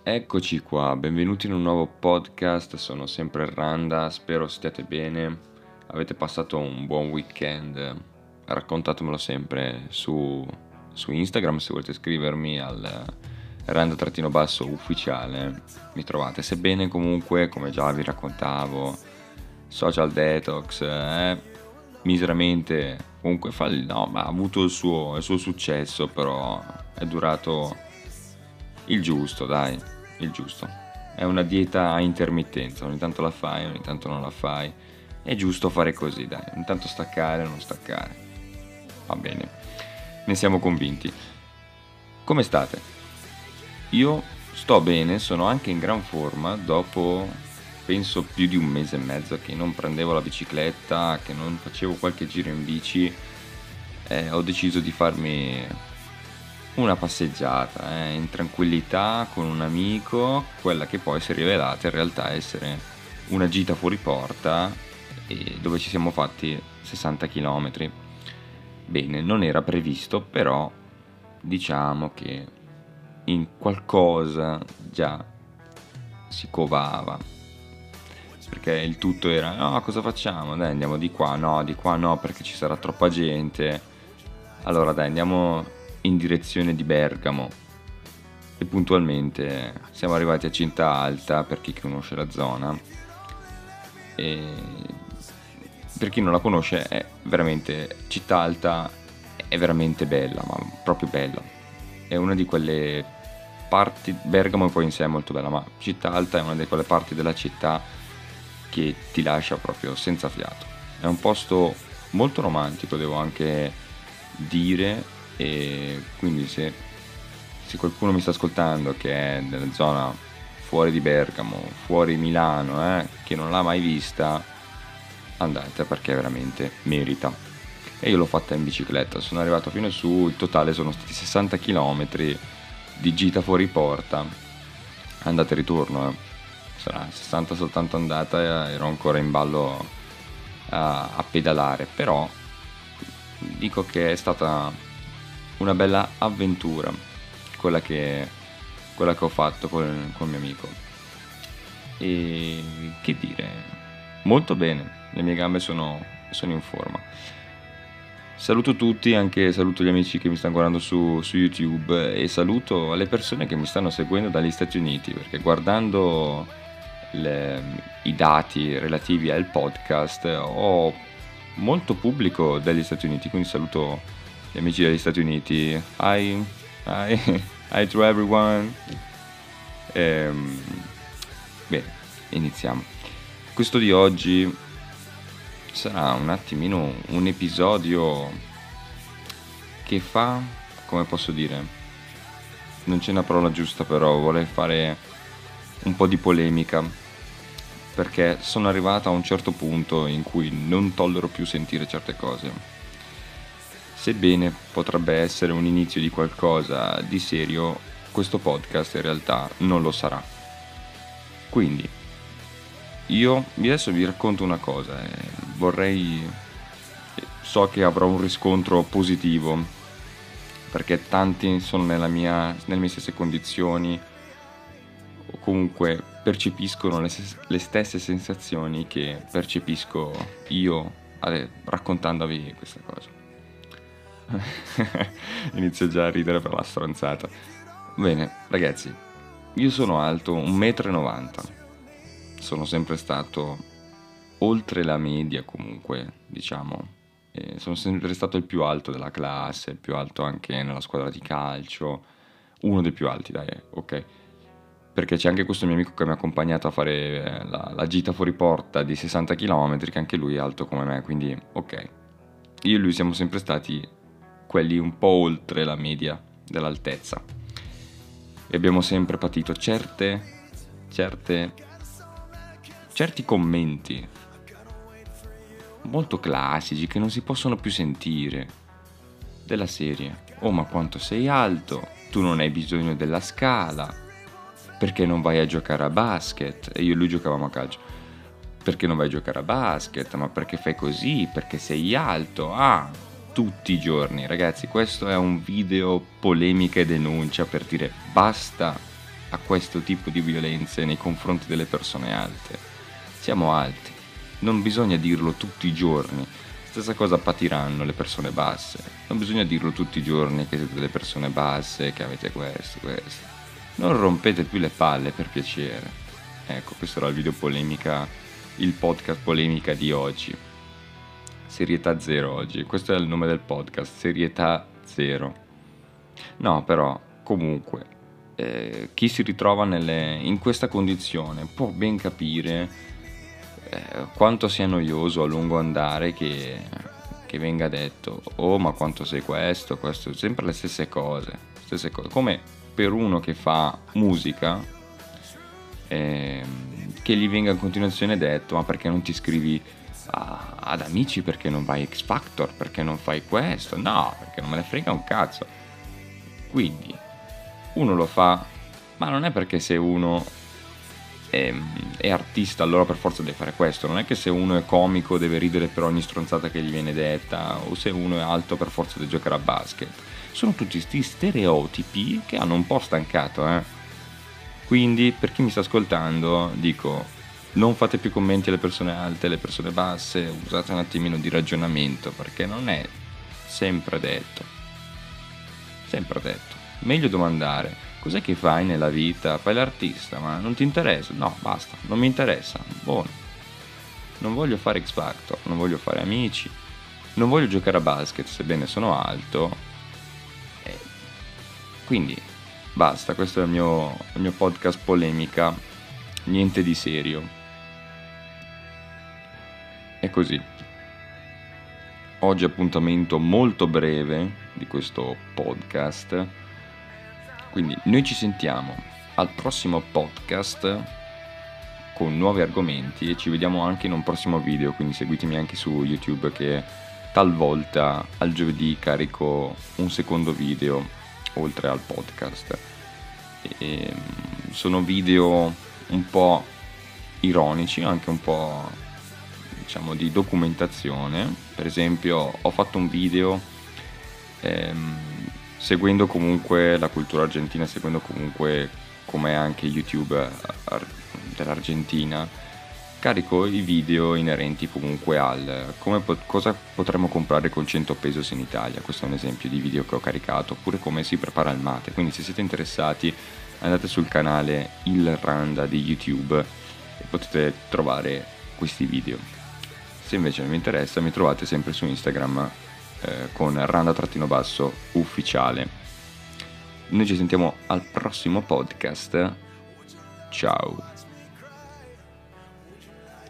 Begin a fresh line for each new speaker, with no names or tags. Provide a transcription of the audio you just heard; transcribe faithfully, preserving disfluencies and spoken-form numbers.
Eccoci qua, benvenuti in un nuovo podcast, sono sempre Randa, spero stiate bene, avete passato un buon weekend, raccontatemelo sempre su, su Instagram se volete scrivermi al Randa-basso ufficiale, mi trovate, sebbene comunque come già vi raccontavo, social detox, eh, miseramente, comunque fa il, no, ma ha avuto il suo, il suo successo, però è durato il giusto, dai, il giusto. È una dieta a intermittenza, ogni tanto la fai, ogni tanto non la fai. È giusto fare così, dai, ogni tanto staccare, non staccare. Va bene, ne siamo convinti. Come state? Io sto bene, sono anche in gran forma dopo, penso, più di un mese e mezzo che non prendevo la bicicletta, che non facevo qualche giro in bici. Eh, ho deciso di farmi una passeggiata eh, in tranquillità con un amico, quella che poi si è rivelata in realtà essere una gita fuori porta e dove ci siamo fatti sessanta chilometri. Bene, non era previsto, però diciamo che in qualcosa già si covava, perché il tutto era no, cosa facciamo? Dai, andiamo di qua, no, di qua no, perché ci sarà troppa gente. Allora dai, andiamo in direzione di Bergamo e puntualmente siamo arrivati a Cinta Alta, per chi conosce la zona, e per chi non la conosce è veramente, Città Alta è veramente bella, ma proprio bella, è una di quelle parti, Bergamo poi in sé è molto bella, ma Città Alta è una di quelle parti della città che ti lascia proprio senza fiato. È un posto molto romantico, devo anche dire, e quindi se, se qualcuno mi sta ascoltando che è nella zona fuori di Bergamo, fuori Milano, eh, che non l'ha mai vista, andate, perché veramente merita. E io l'ho fatta in bicicletta, sono arrivato fino su, il totale sono stati sessanta chilometri di gita fuori porta, andata e ritorno, eh. Sarà sessanta soltanto andata, ero ancora in ballo a, a pedalare, però dico che è stata una bella avventura quella che, quella che ho fatto con, con mio amico, e che dire, molto bene, le mie gambe sono, sono in forma. Saluto tutti, anche saluto gli amici che mi stanno guardando su, su YouTube, e saluto le persone che mi stanno seguendo dagli Stati Uniti, perché guardando le, i dati relativi al podcast ho molto pubblico dagli Stati Uniti, quindi saluto gli amici degli Stati Uniti. Hi, hi, hi to everyone. Ehm, bene, iniziamo. Questo di oggi sarà un attimino un episodio che fa, come posso dire, non c'è una parola giusta, però vorrei fare un po' di polemica, perché sono arrivato a un certo punto in cui non tollero più sentire certe cose. Sebbene potrebbe essere un inizio di qualcosa di serio, questo podcast in realtà non lo sarà. Quindi io adesso vi racconto una cosa, eh, vorrei, so che avrò un riscontro positivo, perché tanti sono nella mia, nelle mie stesse condizioni, o comunque percepiscono le, le stesse sensazioni che percepisco io eh, raccontandovi questa cosa. Inizio già a ridere per la stronzata. Bene, ragazzi, io sono alto un metro e novanta. Sono sempre stato oltre la media, comunque, diciamo. E sono sempre stato il più alto della classe, il più alto anche nella squadra di calcio. Uno dei più alti, dai, ok. Perché c'è anche questo mio amico che mi ha accompagnato a fare la, la gita fuori porta di sessanta chilometri, che anche lui è alto come me, quindi ok. Io e lui siamo sempre stati quelli un po' oltre la media dell'altezza, e abbiamo sempre patito certe, certe, certi commenti molto classici che non si possono più sentire, della serie: oh, ma quanto sei alto, tu non hai bisogno della scala, perché non vai a giocare a basket? E io e lui giocavamo a calcio. Perché non vai a giocare a basket? Ma perché fai così? Perché sei alto? Ah, tutti i giorni, ragazzi, questo è un video polemica e denuncia per dire basta a questo tipo di violenze nei confronti delle persone alte. Siamo alti, non bisogna dirlo tutti i giorni. Stessa cosa patiranno le persone basse. Non bisogna dirlo tutti i giorni che siete delle persone basse, che avete questo, questo. Non rompete più le palle, per piacere. Ecco, questo era il video polemica, il podcast polemica di oggi. Serietà zero oggi. Questo è il nome del podcast, Serietà zero. No, però, comunque, eh, chi si ritrova nelle, in questa condizione può ben capire Eh, quanto sia noioso a lungo andare che, che venga detto oh ma quanto sei questo, questo, sempre le stesse cose, stesse cose, come per uno che fa musica eh, che gli venga in continuazione detto ma perché non ti iscrivi a, ad Amici, perché non vai X Factor, perché non fai questo, no, perché non me ne frega un cazzo. Quindi uno lo fa, ma non è perché se uno È, è artista allora per forza deve fare questo, non è che se uno è comico deve ridere per ogni stronzata che gli viene detta, o se uno è alto per forza deve giocare a basket. Sono tutti questi stereotipi che hanno un po' stancato, eh. Quindi per chi mi sta ascoltando dico, non fate più commenti alle persone alte, alle persone basse, usate un attimino di ragionamento, perché non è sempre detto, sempre detto, meglio domandare. Cos'è che fai nella vita? Fai l'artista, ma non ti interessa? No, basta, non mi interessa. Buono. Non voglio fare X Factor, non voglio fare Amici, non voglio giocare a basket, sebbene sono alto. E quindi basta, questo è il mio, il mio podcast polemica, niente di serio. È così. Oggi appuntamento molto breve di questo podcast. Quindi noi ci sentiamo al prossimo podcast con nuovi argomenti e ci vediamo anche in un prossimo video, quindi seguitemi anche su YouTube che talvolta al giovedì carico un secondo video oltre al podcast. E sono video un po' ironici, anche un po' diciamo di documentazione. Per esempio ho fatto un video ehm, seguendo comunque la cultura argentina, seguendo comunque come anche YouTube ar- dell'Argentina, carico i video inerenti comunque al come po- cosa potremmo comprare con cento pesos in Italia. Questo è un esempio di video che ho caricato, oppure come si prepara il mate. Quindi se siete interessati andate sul canale Il Randa di YouTube e potete trovare questi video. Se invece non vi interessa mi trovate sempre su Instagram Eh, con Randa-basso ufficiale. Noi ci sentiamo al prossimo podcast. Ciao.